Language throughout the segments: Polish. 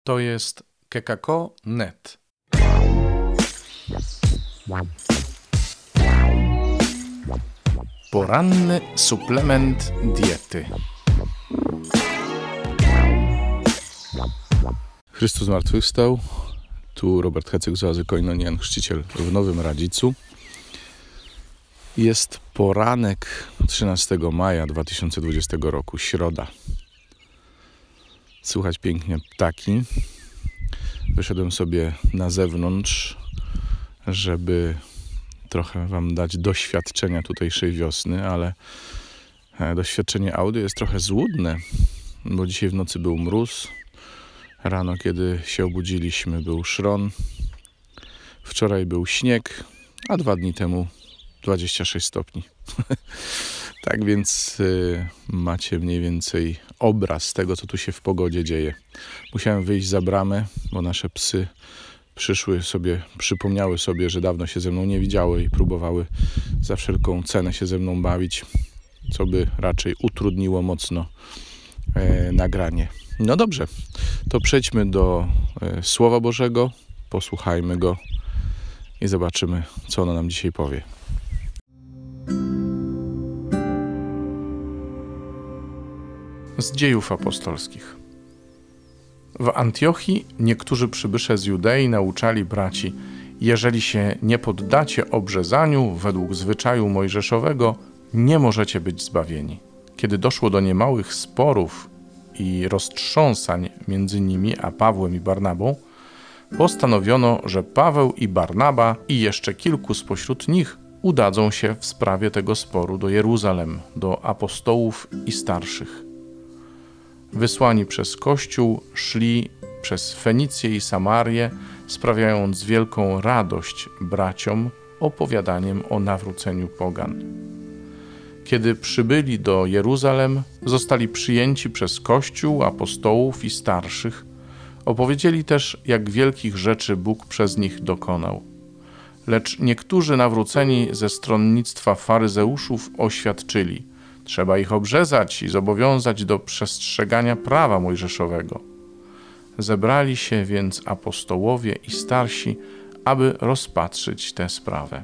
To jest kekako.net. Poranny suplement diety. Chrystus zmartwychwstał. Tu Robert Hecyk z Oazy Koinonian, chrzciciel w Nowym Radzicu. Jest poranek 13 maja 2020 roku, środa. Słychać pięknie ptaki. Wyszedłem sobie na zewnątrz, żeby trochę wam dać doświadczenia tutejszej wiosny, ale doświadczenie audio jest trochę złudne, bo dzisiaj w nocy był mróz. Rano, kiedy się obudziliśmy, był szron. Wczoraj był śnieg, a 2 dni temu 26 stopni. Tak więc macie mniej więcej obraz tego, co tu się w pogodzie dzieje. Musiałem wyjść za bramę, bo nasze psy przypomniały sobie, że dawno się ze mną nie widziały i próbowały za wszelką cenę się ze mną bawić, co by raczej utrudniło mocno nagranie. No dobrze, to przejdźmy do Słowa Bożego, posłuchajmy go i zobaczymy, co ono nam dzisiaj powie. Z Dziejów Apostolskich. W Antiochii niektórzy przybysze z Judei nauczali braci: jeżeli się nie poddacie obrzezaniu według zwyczaju mojżeszowego, nie możecie być zbawieni. Kiedy doszło do niemałych sporów i roztrząsań między nimi a Pawłem i Barnabą, postanowiono, że Paweł i Barnaba i jeszcze kilku spośród nich udadzą się w sprawie tego sporu do Jeruzalem, do apostołów i starszych. Wysłani przez Kościół szli przez Fenicję i Samarię, sprawiając wielką radość braciom opowiadaniem o nawróceniu pogan. Kiedy przybyli do Jeruzalem, zostali przyjęci przez Kościół, apostołów i starszych. Opowiedzieli też, jak wielkich rzeczy Bóg przez nich dokonał. Lecz niektórzy nawróceni ze stronnictwa faryzeuszów oświadczyli: trzeba ich obrzezać i zobowiązać do przestrzegania prawa mojżeszowego. Zebrali się więc apostołowie i starsi, aby rozpatrzyć tę sprawę.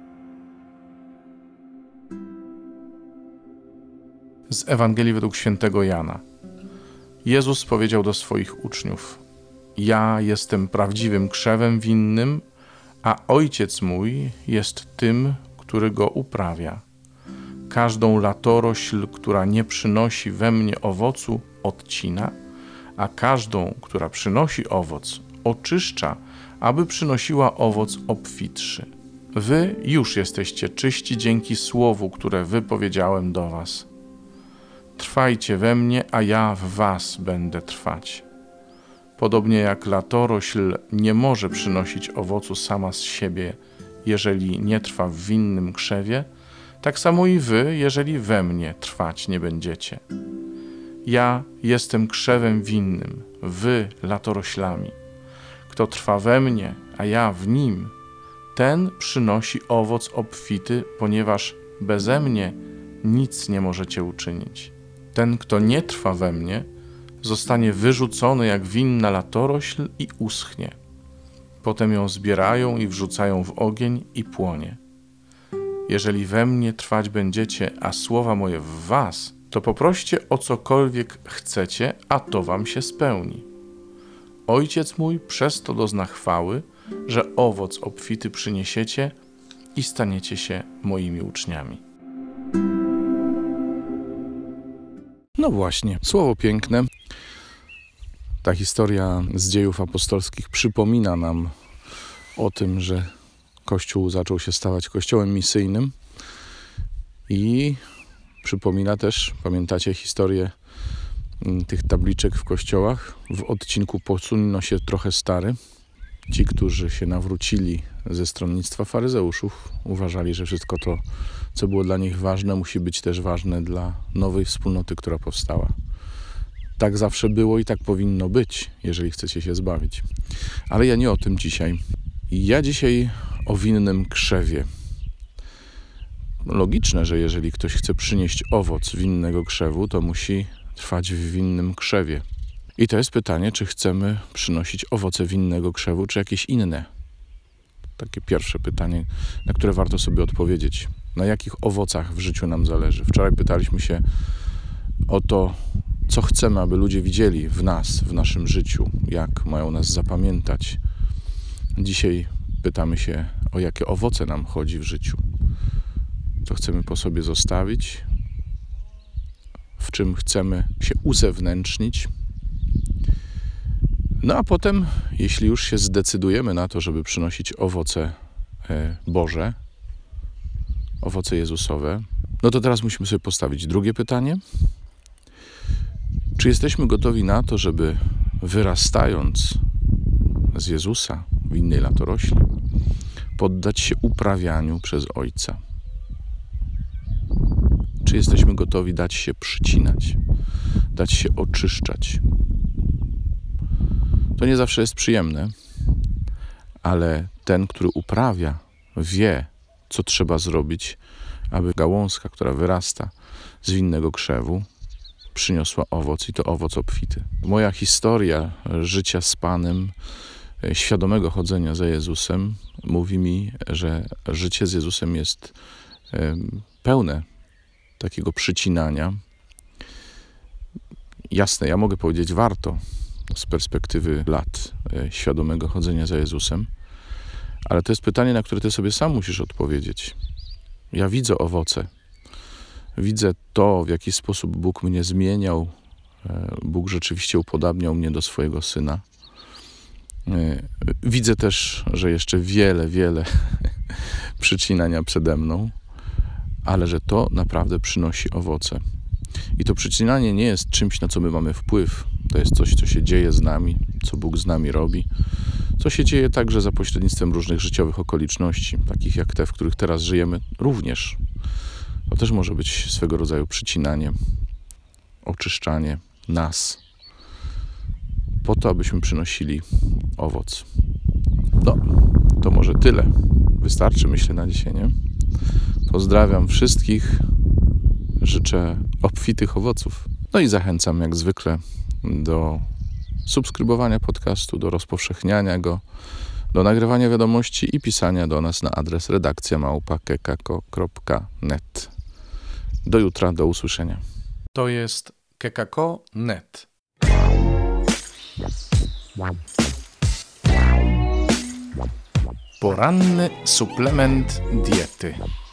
Z Ewangelii według świętego Jana. Jezus powiedział do swoich uczniów: ja jestem prawdziwym krzewem winnym, a Ojciec mój jest tym, który go uprawia. Każdą latorośl, która nie przynosi we mnie owocu, odcina, a każdą, która przynosi owoc, oczyszcza, aby przynosiła owoc obfitszy. Wy już jesteście czyści dzięki słowu, które wypowiedziałem do was. Trwajcie we mnie, a ja w was będę trwać. Podobnie jak latorośl nie może przynosić owocu sama z siebie, jeżeli nie trwa w winnym krzewie, tak samo i wy, jeżeli we mnie trwać nie będziecie. Ja jestem krzewem winnym, wy latoroślami. Kto trwa we mnie, a ja w nim, ten przynosi owoc obfity, ponieważ beze mnie nic nie możecie uczynić. Ten, kto nie trwa we mnie, zostanie wyrzucony jak winna latorośl i uschnie. Potem ją zbierają i wrzucają w ogień i płonie. Jeżeli we mnie trwać będziecie, a słowa moje w was, to poproście o cokolwiek chcecie, a to wam się spełni. Ojciec mój przez to dozna chwały, że owoc obfity przyniesiecie i staniecie się moimi uczniami. No właśnie, słowo piękne. Ta historia z Dziejów Apostolskich przypomina nam o tym, że Kościół zaczął się stawać kościołem misyjnym i przypomina też, pamiętacie historię tych tabliczek w kościołach? W odcinku Posuńno się trochę stary. Ci, którzy się nawrócili ze stronnictwa faryzeuszów, uważali, że wszystko to, co było dla nich ważne, musi być też ważne dla nowej wspólnoty, która powstała. Tak zawsze było i tak powinno być, jeżeli chcecie się zbawić. Ale ja nie o tym dzisiaj. Ja dzisiaj o winnym krzewie. Logiczne, że jeżeli ktoś chce przynieść owoc winnego krzewu, to musi trwać w winnym krzewie. I to jest pytanie, czy chcemy przynosić owoce winnego krzewu, czy jakieś inne. Takie pierwsze pytanie, na które warto sobie odpowiedzieć. Na jakich owocach w życiu nam zależy? Wczoraj pytaliśmy się o to, co chcemy, aby ludzie widzieli w nas, w naszym życiu, jak mają nas zapamiętać. Dzisiaj pytamy się, o jakie owoce nam chodzi w życiu. Co chcemy po sobie zostawić, w czym chcemy się uzewnętrznić. No a potem, jeśli już się zdecydujemy na to, żeby przynosić owoce Boże, owoce Jezusowe, no to teraz musimy sobie postawić drugie pytanie. Czy jesteśmy gotowi na to, żeby wyrastając z Jezusa, winnej latorośli, poddać się uprawianiu przez Ojca? Czy jesteśmy gotowi dać się przycinać, dać się oczyszczać? To nie zawsze jest przyjemne, ale ten, który uprawia, wie, co trzeba zrobić, aby gałązka, która wyrasta z winnego krzewu, przyniosła owoc i to owoc obfity. Moja historia życia z Panem, świadomego chodzenia za Jezusem, mówi mi, że życie z Jezusem jest pełne takiego przycinania. Jasne, ja mogę powiedzieć, warto z perspektywy lat świadomego chodzenia za Jezusem, ale to jest pytanie, na które ty sobie sam musisz odpowiedzieć. Ja widzę owoce. Widzę to, w jaki sposób Bóg mnie zmieniał. Bóg rzeczywiście upodabniał mnie do swojego Syna. Widzę też, że jeszcze wiele przycinania przede mną, ale że to naprawdę przynosi owoce. I to przycinanie nie jest czymś, na co my mamy wpływ. To jest coś, co się dzieje z nami, co Bóg z nami robi, co się dzieje także za pośrednictwem różnych życiowych okoliczności, takich jak te, w których teraz żyjemy również. To też może być swego rodzaju przycinanie, oczyszczanie nas, po to, abyśmy przynosili owoc. No, to może tyle. Wystarczy, myślę, na dzisiaj, nie? Pozdrawiam wszystkich, życzę obfitych owoców. No i zachęcam jak zwykle do subskrybowania podcastu, do rozpowszechniania go, do nagrywania wiadomości i pisania do nas na adres redakcja@kekako.net. Do jutra, do usłyszenia. To jest kekako.net. Poranny suplement diety.